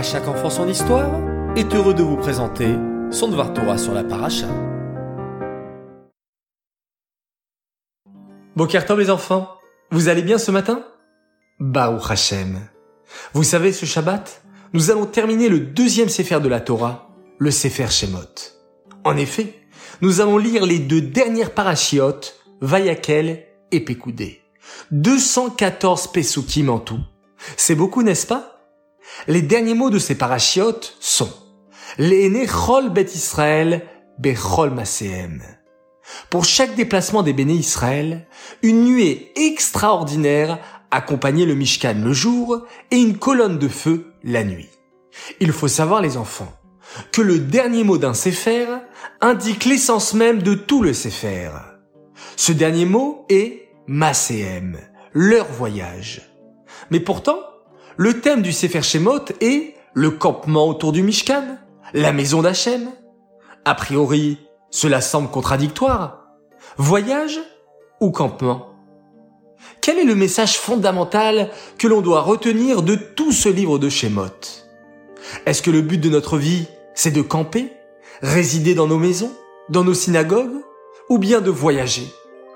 chaque enfant son histoire est heureux de vous présenter son Dvar Torah sur la paracha. Boker Tov les enfants, vous allez bien ce matin? Baruch Hashem. Vous savez, ce Shabbat, nous allons terminer le deuxième Sefer de la Torah, le Sefer Shemot. En effet, nous allons lire les deux dernières parachiotes, Vayakel et Pekoudé. 214 Pesukim en tout. C'est beaucoup, n'est-ce pas? Les derniers mots de ces parachiotes sont Le'ene chol bet Israël bechol masehem. Pour chaque déplacement des béné Israël, une nuée extraordinaire accompagnait le Mishkan le jour et une colonne de feu la nuit. Il faut savoir, les enfants, que le dernier mot d'un Sefer indique l'essence même de tout le Sefer. Ce dernier mot est Masehem, leur voyage. Mais pourtant, le thème du Sefer Shemot est le campement autour du Mishkan, la maison d'Hachem. A priori, cela semble contradictoire. Voyage ou campement? Quel est le message fondamental que l'on doit retenir de tout ce livre de Shemot? Est-ce que le but de notre vie, c'est de camper, résider dans nos maisons, dans nos synagogues, ou bien de voyager?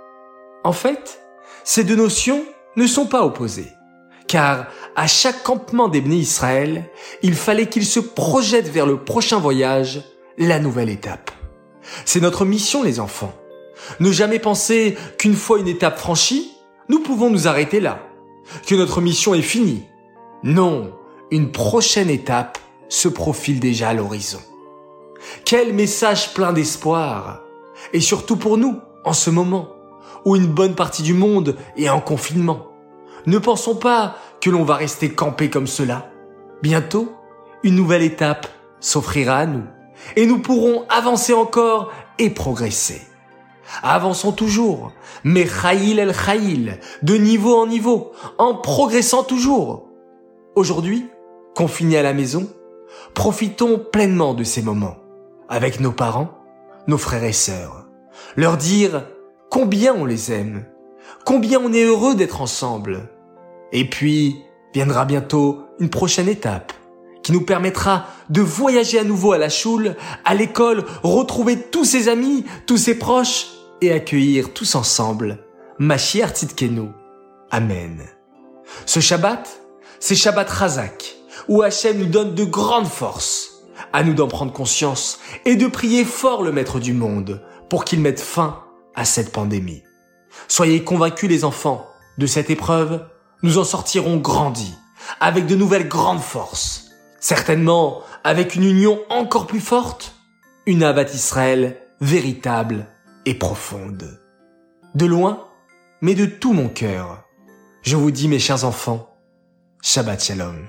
En fait, ces deux notions ne sont pas opposées, car à chaque campement des Bnei Israël, il fallait qu'ils se projettent vers le prochain voyage, la nouvelle étape. C'est notre mission, les enfants. Ne jamais penser qu'une fois une étape franchie, nous pouvons nous arrêter là, que notre mission est finie. Non, une prochaine étape se profile déjà à l'horizon. Quel message plein d'espoir! Et surtout pour nous, en ce moment, où une bonne partie du monde est en confinement. Ne pensons pas que l'on va rester campé comme cela. Bientôt, une nouvelle étape s'offrira à nous, et nous pourrons avancer encore et progresser. Avançons toujours, mais Chayil el Chayil, de niveau en niveau, en progressant toujours. Aujourd'hui, confinés à la maison, profitons pleinement de ces moments, avec nos parents, nos frères et sœurs. Leur dire combien on les aime, combien on est heureux d'être ensemble. Et puis, viendra bientôt une prochaine étape, qui nous permettra de voyager à nouveau à la choule, à l'école, retrouver tous ses amis, tous ses proches, et accueillir tous ensemble Mashiach Tzidkenu. Amen. Ce Shabbat, c'est Shabbat Chazak, où Hachem nous donne de grandes forces. À nous d'en prendre conscience et de prier fort le Maître du monde pour qu'il mette fin à cette pandémie. Soyez convaincus, les enfants, de cette épreuve, nous en sortirons grandis, avec de nouvelles grandes forces. Certainement, avec une union encore plus forte, une Avat Israël véritable et profonde. De loin, mais de tout mon cœur, je vous dis, mes chers enfants, Shabbat Shalom.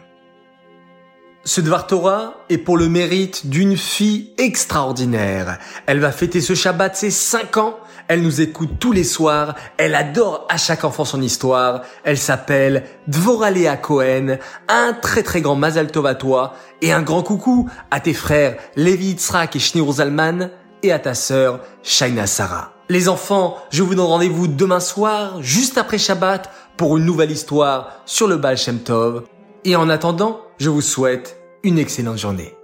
Ce Dvar Torah est pour le mérite d'une fille extraordinaire. Elle va fêter ce Shabbat ses 5 ans. Elle nous écoute tous les soirs. Elle adore à chaque enfant son histoire. Elle s'appelle Dvorah Léa Cohen. Un très très grand Mazal Tov à toi. Et un grand coucou à tes frères Lévi Yitzhak et Shneur Zalman. Et à ta sœur Shaina Sarah. Les enfants, je vous donne rendez-vous demain soir, juste après Shabbat, pour une nouvelle histoire sur le Baal Shem Tov. Et en attendant, je vous souhaite une excellente journée.